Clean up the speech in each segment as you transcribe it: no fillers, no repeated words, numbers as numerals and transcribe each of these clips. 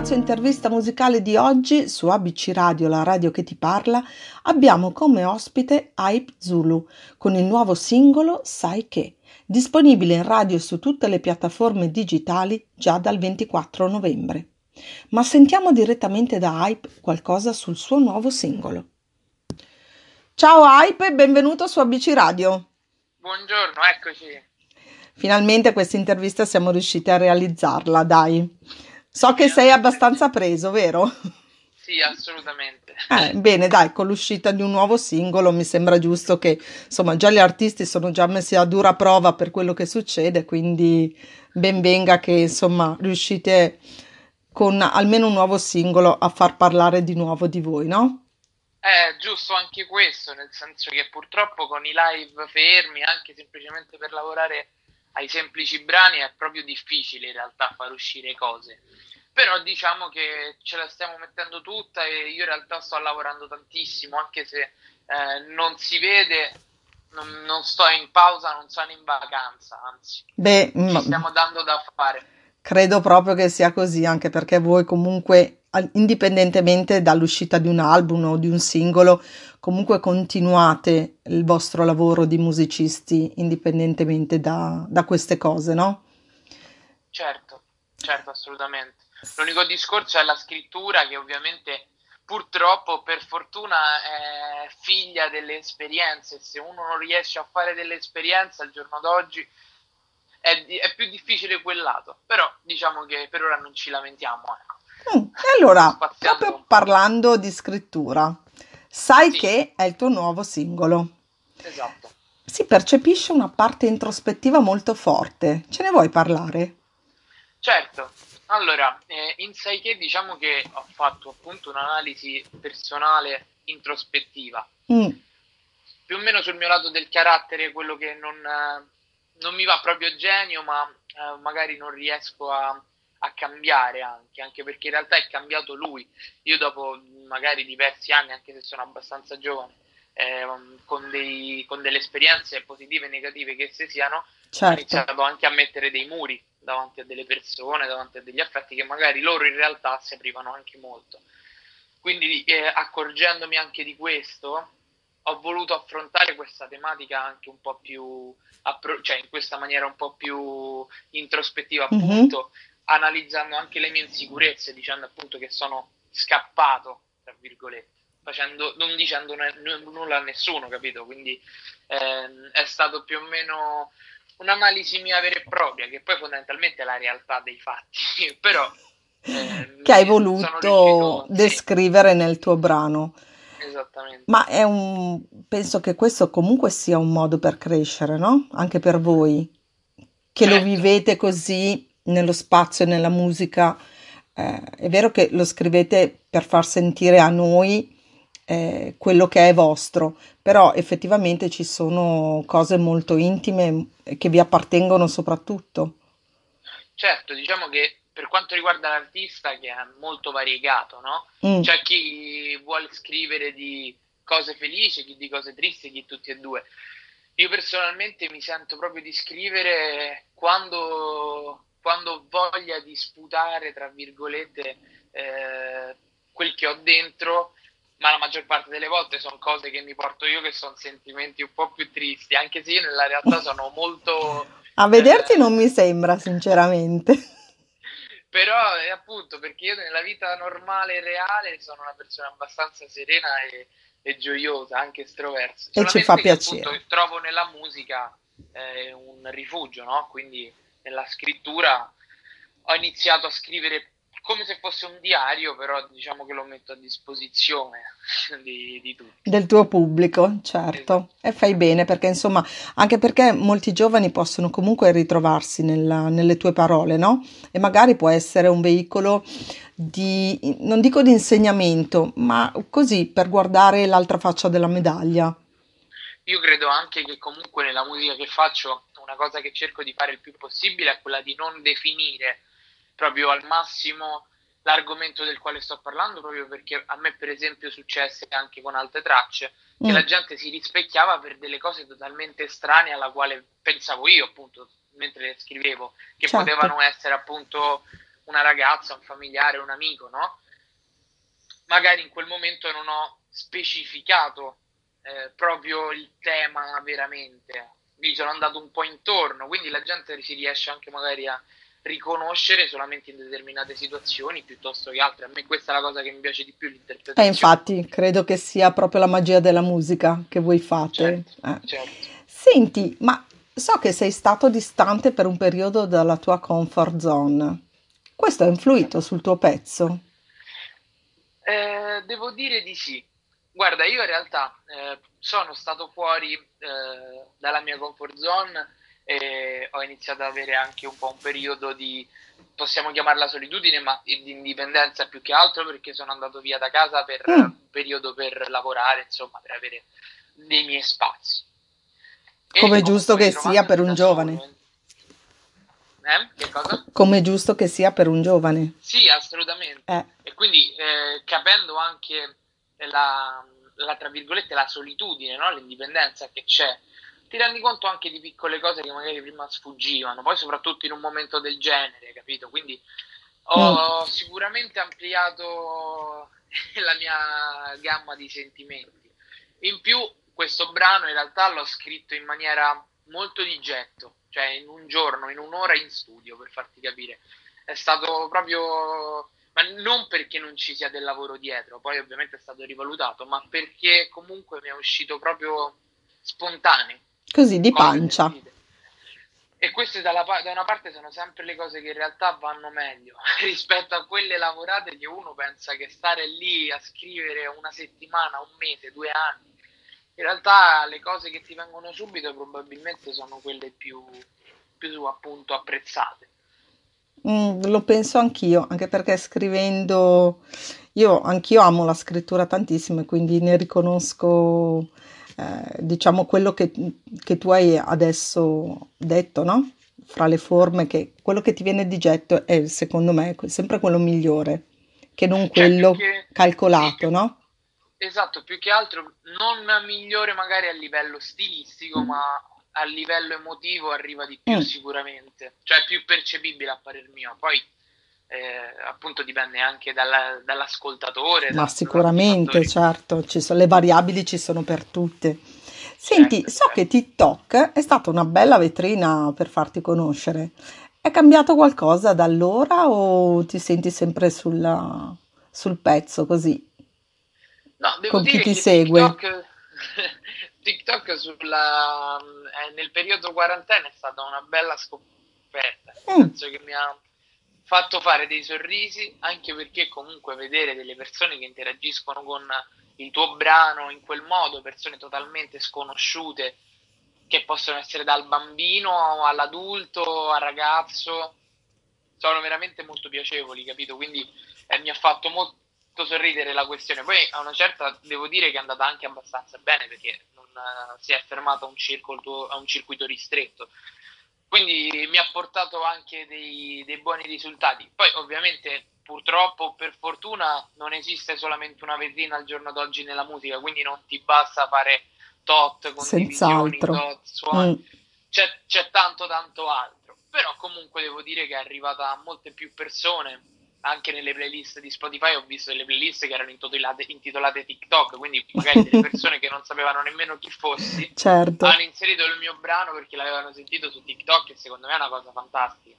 spazio intervista musicale di oggi su ABC Radio, la radio che ti parla, abbiamo come ospite Hype Zulu con il nuovo singolo Sai Che, disponibile in radio su tutte le piattaforme digitali già dal 24 novembre. Ma sentiamo direttamente da Hype qualcosa sul suo nuovo singolo. Ciao Hype e benvenuto su ABC Radio. Buongiorno, eccoci. Finalmente questa intervista siamo riusciti a realizzarla, dai. So che sei Finalmente abbastanza sì. preso, vero? Sì, assolutamente. Bene, dai, con l'uscita di un nuovo singolo mi sembra giusto che, insomma, già gli artisti sono già messi a dura prova per quello che succede, quindi ben venga che, insomma, riuscite con almeno un nuovo singolo a far parlare di nuovo di voi, no? È giusto anche questo, nel senso che purtroppo con i live fermi, anche semplicemente per lavorare ai semplici brani, è proprio difficile in realtà far uscire cose. Però diciamo che ce la stiamo mettendo tutta e io in realtà sto lavorando tantissimo, anche se non si vede, non sto in pausa, non sono in vacanza, anzi, Beh, ci stiamo dando da fare. credo proprio che sia così, anche perché voi comunque, indipendentemente dall'uscita di un album o di un singolo, comunque continuate il vostro lavoro di musicisti indipendentemente da queste cose, no? Certo, certo, assolutamente. L'unico discorso è la scrittura che ovviamente purtroppo per fortuna è figlia delle esperienze. Se uno non riesce a fare delle esperienze al giorno d'oggi è più difficile quel lato. Però diciamo che per ora non ci lamentiamo, ecco. E Stiamo allora, spaziando proprio un po'. parlando di scrittura, sai Sì, che è il tuo nuovo singolo. esatto. Si percepisce una parte introspettiva molto forte. Ce ne vuoi parlare? Certo, allora, in Psyche diciamo che ho fatto appunto un'analisi personale introspettiva, Mm, più o meno sul mio lato del carattere, quello che non mi va proprio a genio, ma magari non riesco a cambiare anche perché in realtà è cambiato lui. Io dopo magari diversi anni, anche se sono abbastanza giovane, con delle esperienze positive e negative che esse siano, ho certo. iniziato anche a mettere dei muri davanti a delle persone, davanti a degli affetti che magari loro in realtà si aprivano anche molto. Quindi accorgendomi anche di questo, ho voluto affrontare questa tematica anche un po' più, cioè in questa maniera un po' più introspettiva Mhm. appunto, analizzando anche le mie insicurezze, dicendo appunto che sono scappato, tra virgolette, non dicendo nulla a nessuno, capito? Quindi è stato più o meno un'analisi mia vera e propria, che poi fondamentalmente è la realtà dei fatti, però Che hai sono voluto riuscito, sì, descrivere nel tuo brano. esattamente. Ma penso che questo comunque sia un modo per crescere, no? Anche per voi, che lo Certo, vivete così nello spazio e nella musica. È vero che lo scrivete per far sentire a noi quello che è vostro, però effettivamente ci sono cose molto intime che vi appartengono soprattutto. certo, diciamo che per quanto riguarda l'artista, che è molto variegato, no? Mm, C'è chi vuole scrivere di cose felici, chi di cose tristi, chi tutti e due. Io personalmente mi sento proprio di scrivere quando ho voglia di sputare, tra virgolette, quel che ho dentro, ma la maggior parte delle volte sono cose che mi porto io, che sono sentimenti un po' più tristi, anche se io nella realtà sono molto... A vederti non mi eh, sembra, sinceramente. però appunto perché io nella vita normale e reale sono una persona abbastanza serena e gioiosa, anche estroversa, E ci fa solamente che appunto piacere. trovo nella musica un rifugio, no? Quindi nella scrittura ho iniziato a scrivere come se fosse un diario, però diciamo che lo metto a disposizione di tutti. Del tuo pubblico, certo, Esatto. e fai bene perché insomma, anche perché molti giovani possono comunque ritrovarsi nelle tue parole, no? E magari può essere un veicolo di, non dico di insegnamento, ma così per guardare l'altra faccia della medaglia. Io credo anche che comunque nella musica che faccio una cosa che cerco di fare il più possibile è quella di non definire proprio al massimo l'argomento del quale sto parlando, proprio perché a me per esempio successe anche con altre tracce che Mm, la gente si rispecchiava per delle cose totalmente estranee alla quale pensavo io appunto mentre le scrivevo, che certo. potevano essere appunto una ragazza, un familiare, un amico, no? Magari in quel momento non ho specificato proprio il tema veramente, gli sono andato un po' intorno, quindi la gente si riesce anche magari a riconoscere solamente in determinate situazioni piuttosto che altre. A me questa è la cosa che mi piace di più, E l'interpretazione. infatti, credo che sia proprio la magia della musica che voi fate. Certo, certo. Senti, ma so che sei stato distante per un periodo dalla tua comfort zone. Questo ha influito Esatto. sul tuo pezzo? Devo dire di sì. Guarda, io in realtà sono stato fuori dalla mia comfort zone e ho iniziato ad avere anche un po' un periodo di, possiamo chiamarla solitudine, ma di indipendenza più che altro perché sono andato via da casa per Mm, un periodo per lavorare, insomma, per avere dei miei spazi. E come giusto comunque che sia per ritrovandomi un da giovane. solo, che cosa? Come giusto che sia per un giovane. Sì, assolutamente. Eh, E quindi capendo anche tra virgolette, la solitudine, no? L'indipendenza che c'è, ti rendi conto anche di piccole cose che magari prima sfuggivano, poi soprattutto in un momento del genere, capito? Quindi mm. ho sicuramente ampliato la mia gamma di sentimenti. In più, questo brano in realtà l'ho scritto in maniera molto di getto, cioè in un giorno, in un'ora in studio, per farti capire. È stato proprio, ma non perché non ci sia del lavoro dietro, poi ovviamente è stato rivalutato, ma perché comunque mi è uscito proprio spontaneo, Così di cose pancia. sentite. E queste da una parte sono sempre le cose che in realtà vanno meglio rispetto a quelle lavorate che uno pensa che stare lì a scrivere una settimana, un mese, 2 anni. In realtà le cose che ti vengono subito probabilmente sono quelle più appunto apprezzate. Lo penso anch'io, anche perché scrivendo, anch'io amo la scrittura tantissimo e quindi ne riconosco, diciamo, quello che tu hai adesso detto, no? Fra le forme, che quello che ti viene di getto è, secondo me, sempre quello migliore, che non Cioè, più quello che, sì, calcolato, no? esatto, più che altro non migliore magari a livello stilistico, ma a livello emotivo arriva di più Mm. sicuramente, cioè è più percepibile a parer mio. Poi appunto dipende anche dall'ascoltatore, Ma da tanti sicuramente, fattori. certo, le variabili ci sono per tutte. Senti, Certo, so che certo. TikTok è stata una bella vetrina per farti conoscere. È cambiato qualcosa da allora o ti senti sempre sul pezzo così, No, devo con chi dire ti che segue? TikTok nel periodo quarantena è stata una bella scoperta, nel Mm, senso che mi ha fatto fare dei sorrisi, anche perché comunque vedere delle persone che interagiscono con il tuo brano in quel modo, persone totalmente sconosciute, che possono essere dal bambino all'adulto, al ragazzo, sono veramente molto piacevoli, capito? Quindi mi ha fatto molto sorridere la questione. Poi a una certa devo dire che è andata anche abbastanza bene perché non si è fermato a un circuito ristretto. Quindi mi ha portato anche dei buoni risultati. Poi ovviamente purtroppo per fortuna non esiste solamente una vetrina al giorno d'oggi nella musica, quindi non ti basta fare tot, condivisioni, senz'altro. tot, suoni, Mm. c'è tanto tanto altro, però comunque devo dire che è arrivata a molte più persone, anche nelle playlist di Spotify ho visto delle playlist che erano intitolate TikTok, quindi magari delle persone che non sapevano nemmeno chi fossi Certo. hanno inserito il mio brano perché l'avevano sentito su TikTok e secondo me è una cosa fantastica.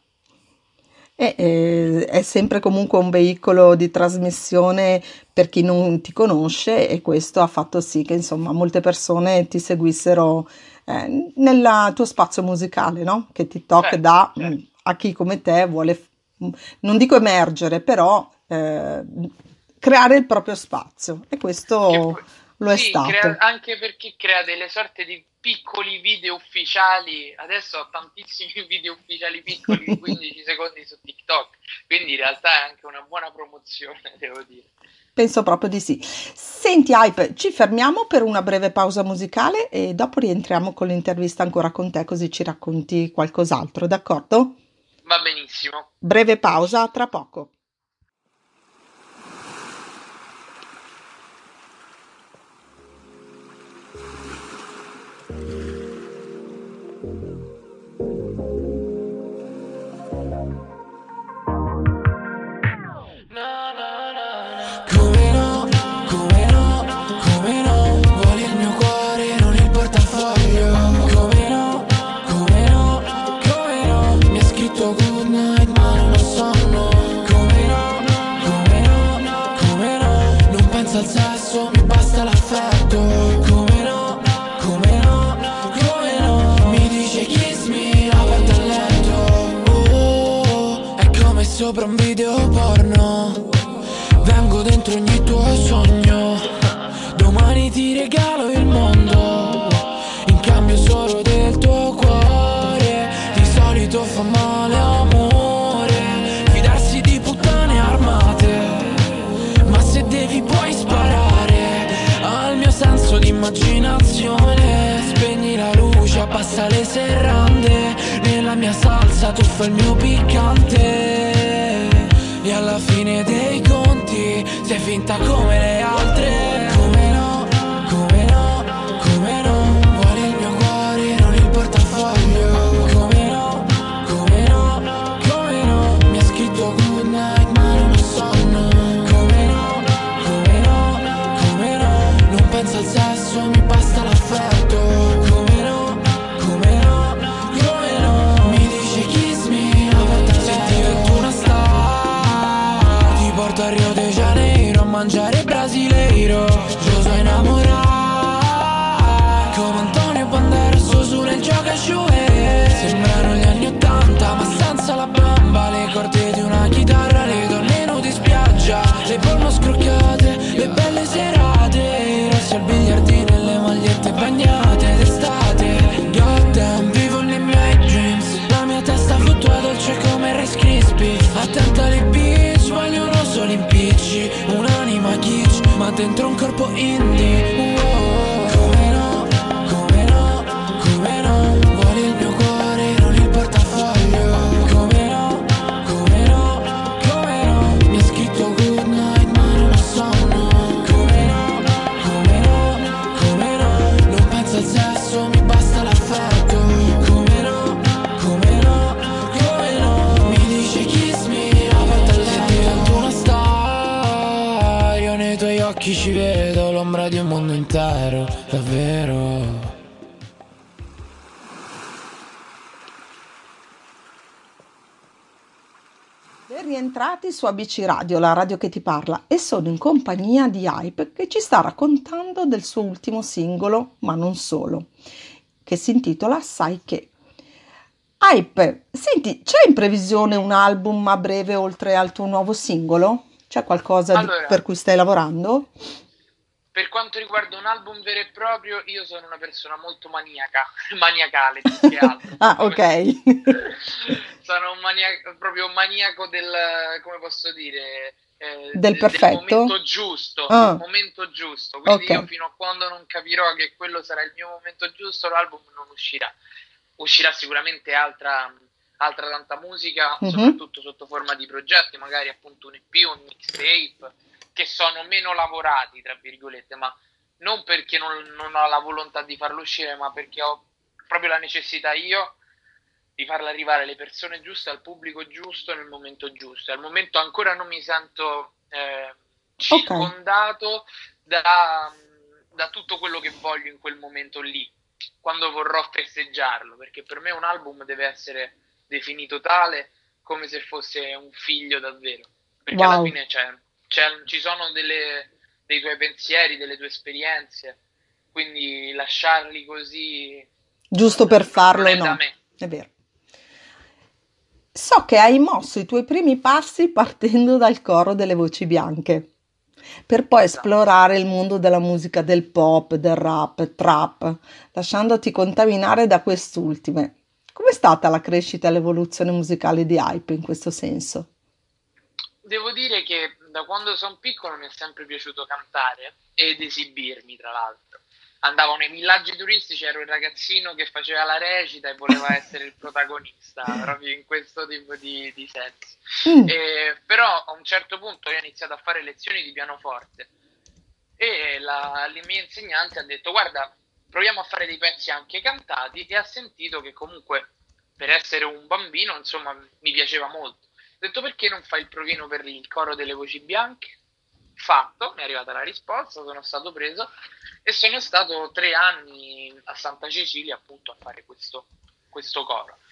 È sempre comunque un veicolo di trasmissione per chi non ti conosce e questo ha fatto sì che insomma molte persone ti seguissero nel tuo spazio musicale, no? Che TikTok Certo, dà certo. a chi come te vuole, non dico emergere, però creare il proprio spazio e Che questo poi, lo è sì, stato. anche perché crea delle sorte di piccoli video ufficiali. Adesso ho tantissimi video ufficiali piccoli di 15 secondi su TikTok, quindi in realtà è anche una buona promozione, devo dire. Penso proprio di sì. Senti, Hype, ci fermiamo per una breve pausa musicale e dopo rientriamo con l'intervista ancora con te, così ci racconti qualcos'altro, d'accordo? Va benissimo. Breve pausa, tra poco. sesso, mi basta l'affetto. Come no, come no, come no. Mi dice kiss me, aperta il letto. Oh, è come sopra un video porno. Vengo dentro ogni tuo sogno. Domani ti regalo il mondo in cambio solo del tuo cuore. Di solito fa male amore fidarsi di puttane armate, ma se devi puoi sparare al mio senso di immaginazione. Spegni la luce, abbassa le serrande, nella mia salsa tu fai il mio piccante. E alla fine dei conti sei finta come le altre. Come no, come no, come no. Vuole il mio cuore, non il portafoglio. Come no, come no, come no. Mi ha scritto good night ma non ho sonno. Come no, come no, come no. Non penso al sesso, mi basta l'affetto. Come no, come no, come no. Mi dice kiss me, aperta se divento una star. Ti porto a Rio de Janeiro a mangiare brasileiro. Io sono innamorato come Antonio Banderas su nel gioca sembrano gli anni 80 ma senza la bamba. Le corde di una chitarra, le donne nude in spiaggia, le polmo scroccate, le belle serate, i rossi al biliardino e le magliette bagnate d'estate. Goddamn, vivo nei miei dreams, la mia testa fluttua dolce come Rice Krispies. Attenta alle bitch, vogliono solo impicci, un'anima kitsch ma dentro un corpo indie. Come no, come no, come no. Vuole il mio cuore, non il portafoglio. Come no, come no, come no. Mi ha scritto good night ma non ho sonno. Come no, come no, come no. Non penso al sesso, mi basta l'affetto. Come no, come no, come no. Mi dice kiss me, aperta il letto. Divento una star, io nei tuoi occhi ci vedo l'ombra di un mondo intero, davvero. Ben rientrati su ABC Radio, la radio che ti parla, e sono in compagnia di Hype che ci sta raccontando del suo ultimo singolo, ma non solo, che si intitola Sai che. Hype, senti, c'è in previsione un album a breve oltre al tuo nuovo singolo? C'è qualcosa Allora, per cui stai lavorando? per quanto riguarda un album vero e proprio, io sono una persona molto maniacale più che altro. Ah, ok. Sono proprio un maniaco del, come posso dire, Del del perfetto? momento giusto, Ah, momento giusto. Quindi ok. io fino a quando non capirò che quello sarà il mio momento giusto, l'album non uscirà. Uscirà sicuramente altra tanta musica, Mhm. soprattutto sotto forma di progetti, magari appunto un EP, un mixtape, che sono meno lavorati, tra virgolette, ma non perché non ho la volontà di farlo uscire, ma perché ho proprio la necessità io di farla arrivare alle persone giuste, al pubblico giusto, nel momento giusto. Al momento ancora non mi sento Ok. circondato da tutto quello che voglio in quel momento lì, quando vorrò festeggiarlo, perché per me un album deve essere definito tale come se fosse un figlio davvero, perché alla Wow. fine ci sono dei tuoi pensieri, delle tue esperienze, quindi lasciarli così Giusto per non farlo, è da no. me. È vero. So che hai mosso i tuoi primi passi partendo dal coro delle voci bianche, per poi Esatto. esplorare il mondo della musica del pop, del rap, trap, lasciandoti contaminare da quest'ultime. Com'è stata la crescita e l'evoluzione musicale di Hype in questo senso? Devo dire che da quando sono piccolo mi è sempre piaciuto cantare ed esibirmi, tra l'altro. Andavo nei villaggi turistici, ero il ragazzino che faceva la recita e voleva essere il protagonista, proprio in questo tipo di sensi. Mm, Però a un certo punto io ho iniziato a fare lezioni di pianoforte e la mia insegnante ha detto: guarda, proviamo a fare dei pezzi anche cantati, e ha sentito che comunque per essere un bambino, insomma, mi piaceva molto. Ho detto: perché non fai il provino per il coro delle voci bianche? Fatto, mi è arrivata la risposta, sono stato preso e sono stato 3 anni a Santa Cecilia appunto a fare questo coro.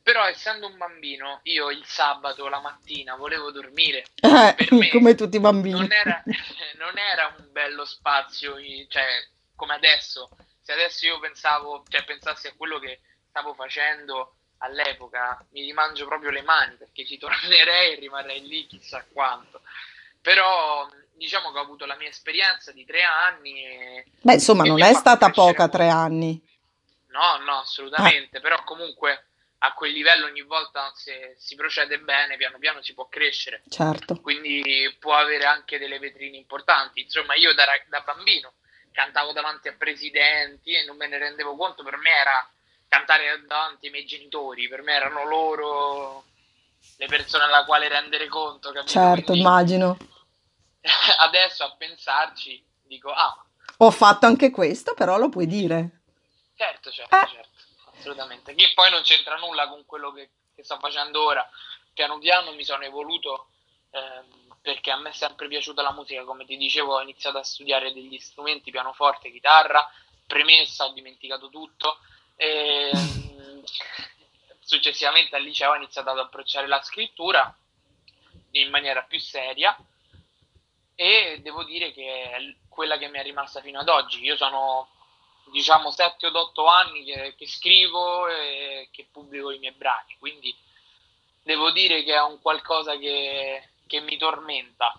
Però essendo un bambino, io il sabato la mattina volevo dormire. Per me Come tutti i non bambini. era, non era un bello spazio, cioè come adesso. Se adesso io pensavo, cioè pensassi a quello che stavo facendo all'epoca, mi rimangio proprio le mani perché ci tornerei e rimarrei lì chissà quanto. Però diciamo che ho avuto la mia esperienza di 3 anni Beh, insomma, e non mi ha è fatto stata crescere poca tre molto. anni. No, no, Eh, assolutamente, però comunque a quel livello ogni volta se si procede bene, piano piano si può crescere, certo. quindi può avere anche delle vetrine importanti. Insomma, io da bambino cantavo davanti a presidenti e non me ne rendevo conto, per me era cantare davanti ai miei genitori, per me erano loro le persone alla quale rendere conto, capito? Certo, Quindi immagino. adesso a pensarci dico, ah, Ho fatto anche questo, però lo puoi dire. certo, certo, Eh, certo, assolutamente. Che poi non c'entra nulla con quello che sto facendo ora. Piano piano mi sono evoluto perché a me è sempre piaciuta la musica, come ti dicevo, ho iniziato a studiare degli strumenti, pianoforte, chitarra, premessa, ho dimenticato tutto. E, successivamente al liceo ho iniziato ad approcciare la scrittura in maniera più seria e devo dire che è quella che mi è rimasta fino ad oggi. Io sono, diciamo, 7 o 8 anni che scrivo e che pubblico i miei brani, quindi devo dire che è un qualcosa che mi tormenta.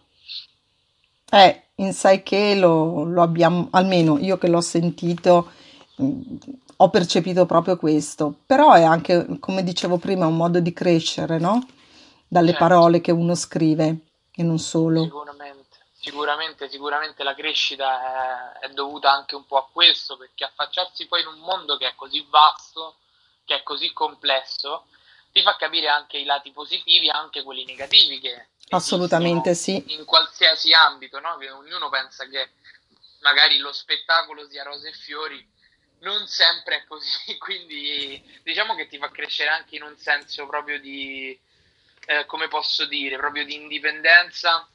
in sai che lo abbiamo, almeno io che l'ho sentito, mh, ho percepito proprio questo. Però è anche, come dicevo prima, un modo di crescere, no? Dalle Certo, parole che uno scrive e non solo. sicuramente la crescita è dovuta anche un po' a questo, perché affacciarsi poi in un mondo che è così vasto, che è così complesso, ti fa capire anche i lati positivi e anche quelli negativi che Assolutamente esistono sì. in qualsiasi ambito, no? Che ognuno pensa che magari lo spettacolo sia rose e fiori, non sempre è così, quindi diciamo che ti fa crescere anche in un senso proprio di, come posso dire, proprio di indipendenza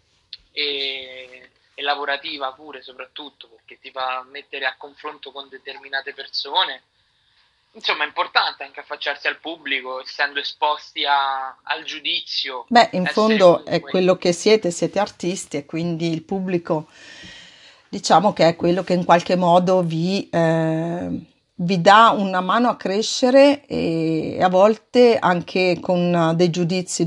e lavorativa pure, soprattutto, perché ti fa mettere a confronto con determinate persone. Insomma, è importante anche affacciarsi al pubblico, essendo esposti al giudizio, Beh, in essere fondo è comunque, quello che siete artisti e quindi il pubblico diciamo che è quello che in qualche modo vi dà una mano a crescere e a volte anche con dei giudizi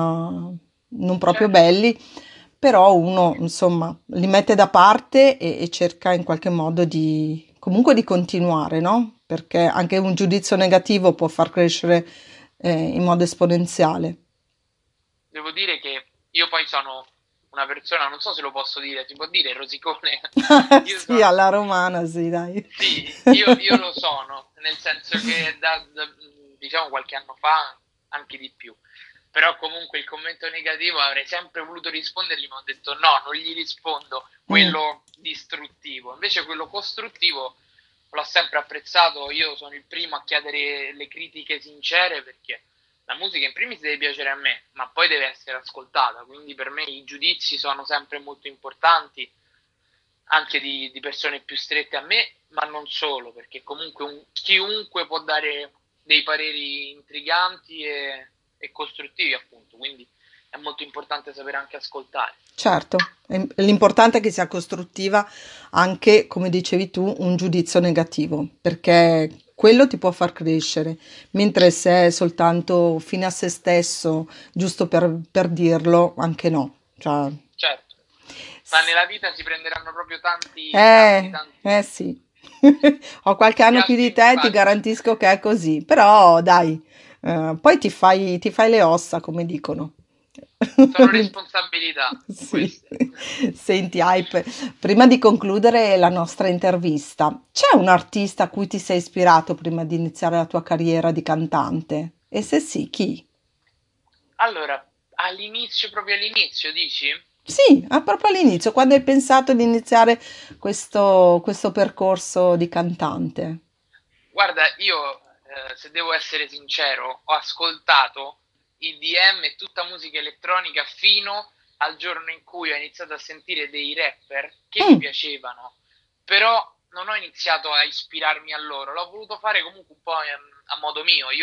non proprio certo, belli, però uno insomma li mette da parte e cerca in qualche modo di comunque di continuare, no? Perché anche un giudizio negativo può far crescere in modo esponenziale. devo dire che io poi sono una persona, non so se lo posso dire, si può dire rosicone. Io Sì, sono, alla romana, sì, dai. sì, io lo sono, nel senso che diciamo qualche anno fa, anche di più. Però comunque il commento negativo avrei sempre voluto rispondergli, ma ho detto no, non gli rispondo Mm, quello distruttivo. Invece quello costruttivo l'ho sempre apprezzato, io sono il primo a chiedere le critiche sincere perché la musica in primis deve piacere a me, ma poi deve essere ascoltata, quindi per me i giudizi sono sempre molto importanti anche di persone più strette a me, ma non solo, perché comunque chiunque può dare dei pareri intriganti e costruttivi, appunto, quindi è molto importante sapere anche ascoltare. certo, l'importante è che sia costruttiva anche, come dicevi tu, un giudizio negativo, perché quello ti può far crescere, mentre se è soltanto fine a se stesso, giusto per dirlo, anche no. Cioè, Certo, ma nella vita si prenderanno proprio sì. Ho qualche tanti anno più di alti te, ti impatti. garantisco che è così, però dai, poi ti fai le ossa, come dicono. Sono responsabilità Sì. queste. Senti, Hype, prima di concludere la nostra intervista, c'è un artista a cui ti sei ispirato prima di iniziare la tua carriera di cantante? E se sì, chi? Allora, proprio all'inizio, dici? Sì, proprio all'inizio, quando hai pensato di iniziare questo percorso di cantante. Guarda, io, se devo essere sincero, ho ascoltato EDM e tutta musica elettronica fino al giorno in cui ho iniziato a sentire dei rapper che mi Mm, piacevano, però non ho iniziato a ispirarmi a loro, l'ho voluto fare comunque un po' a modo mio. Io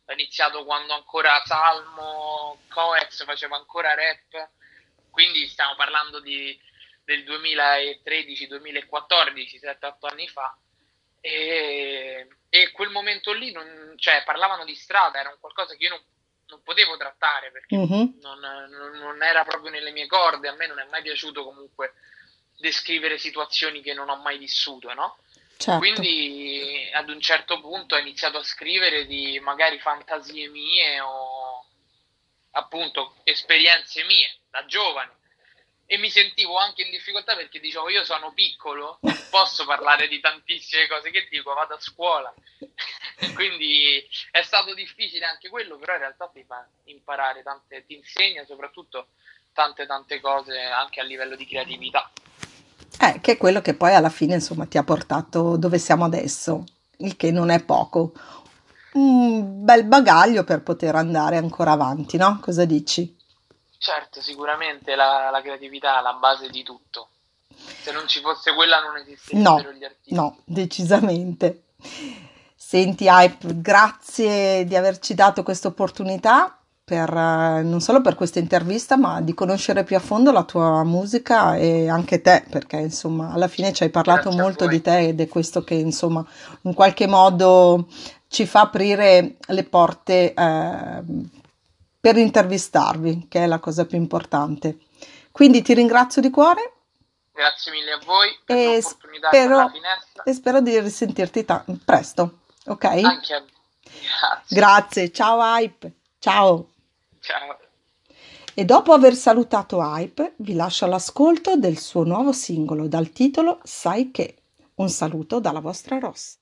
ho iniziato quando ancora Salmo, Coex faceva ancora rap, quindi stiamo parlando del 2013-2014, 7-8 anni fa, e quel momento lì, cioè, parlavano di strada, era un qualcosa che io non potevo trattare, perché non era proprio nelle mie corde. A me non è mai piaciuto comunque descrivere situazioni che non ho mai vissuto, no? Certo. Quindi ad un certo punto ho iniziato a scrivere di magari fantasie mie o appunto esperienze mie da giovane, e mi sentivo anche in difficoltà perché dicevo, io sono piccolo, non posso parlare di tantissime cose che dico, vado a scuola. Quindi è stato difficile anche quello, però in realtà ti fa imparare ti insegna soprattutto tante cose anche a livello di creatività. Che è quello che poi alla fine, insomma, ti ha portato dove siamo adesso, il che non è poco. Un bel bagaglio per poter andare ancora avanti, no? Cosa dici? Certo, sicuramente la creatività è la base di tutto. Se non ci fosse quella non esisterebbero gli artisti. No, decisamente. Senti, Hype, grazie di averci dato questa opportunità non solo per questa intervista, ma di conoscere più a fondo la tua musica e anche te, perché insomma alla fine ci hai parlato molto di te, ed è questo che insomma in qualche modo ci fa aprire le porte per intervistarvi, che è la cosa più importante. Quindi ti ringrazio di cuore. Grazie mille a voi per l'opportunità e per la finestra. E spero di risentirti presto, ok? Anche a me. Grazie, ciao Hype, ciao. Ciao. E dopo aver salutato Hype, vi lascio all'ascolto del suo nuovo singolo dal titolo Sai che. Un saluto dalla vostra Ross.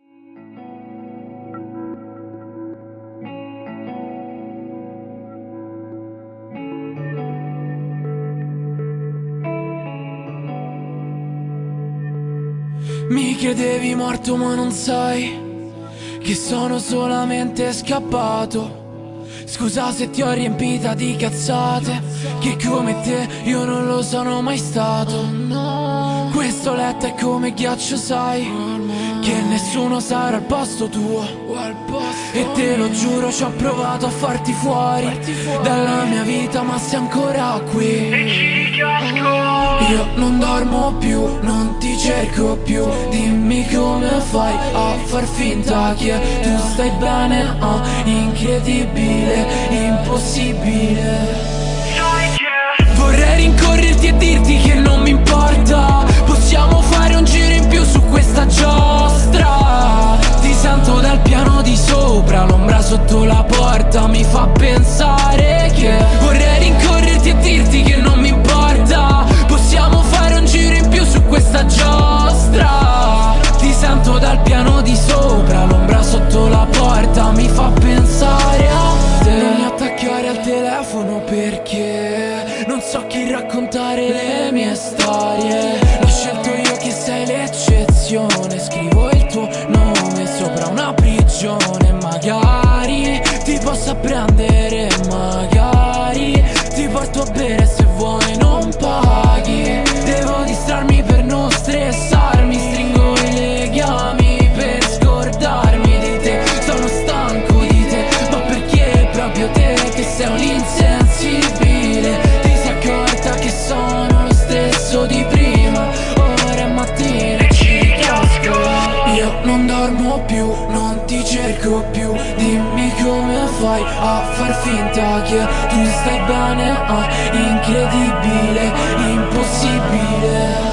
Mi credevi morto ma non sai che sono solamente scappato. Scusa se ti ho riempita di cazzate, che come te io non lo sono mai stato. Questo letto è come ghiaccio, sai che nessuno sarà al posto tuo. E te lo giuro, ci ho provato a farti fuori dalla mia vita, ma sei ancora qui. Io non dormo più, non ti cerco più. Dimmi come fai a far finta che tu stai bene, incredibile, impossibile. Vorrei rincorrerti e dirti che non mi importa. Possiamo fare un giro in più su questa giostra. Ti sento dal piano di sopra, l'ombra sotto la porta mi fa pensare che vorrei rincorrerti e dirti che non mi importa. Possiamo fare un giro in più su questa giostra. Ti sento dal piano di sopra, l'ombra sotto la porta mi fa pensare a te. Non mi attaccare al telefono perché non so chi raccontare le mie storie. L'ho scelto io che sei l'eccezione. Scrivo il tuo nome sopra una prigione. Magari ti possa prendere, magari ti porto a bere, se vuoi non paghi. Devo distrarmi per non stressarmi, stringo i legami per scordarmi di te. Sono stanco di te, ma perché proprio te che sei un insensibile? Ti sei accorta che sono lo stesso di prima? Ora è mattina e ci casco. Io non dormo più, non ti cerco più. Dimmi come fai a far finta che tu stai bene, incredibile, impossibile.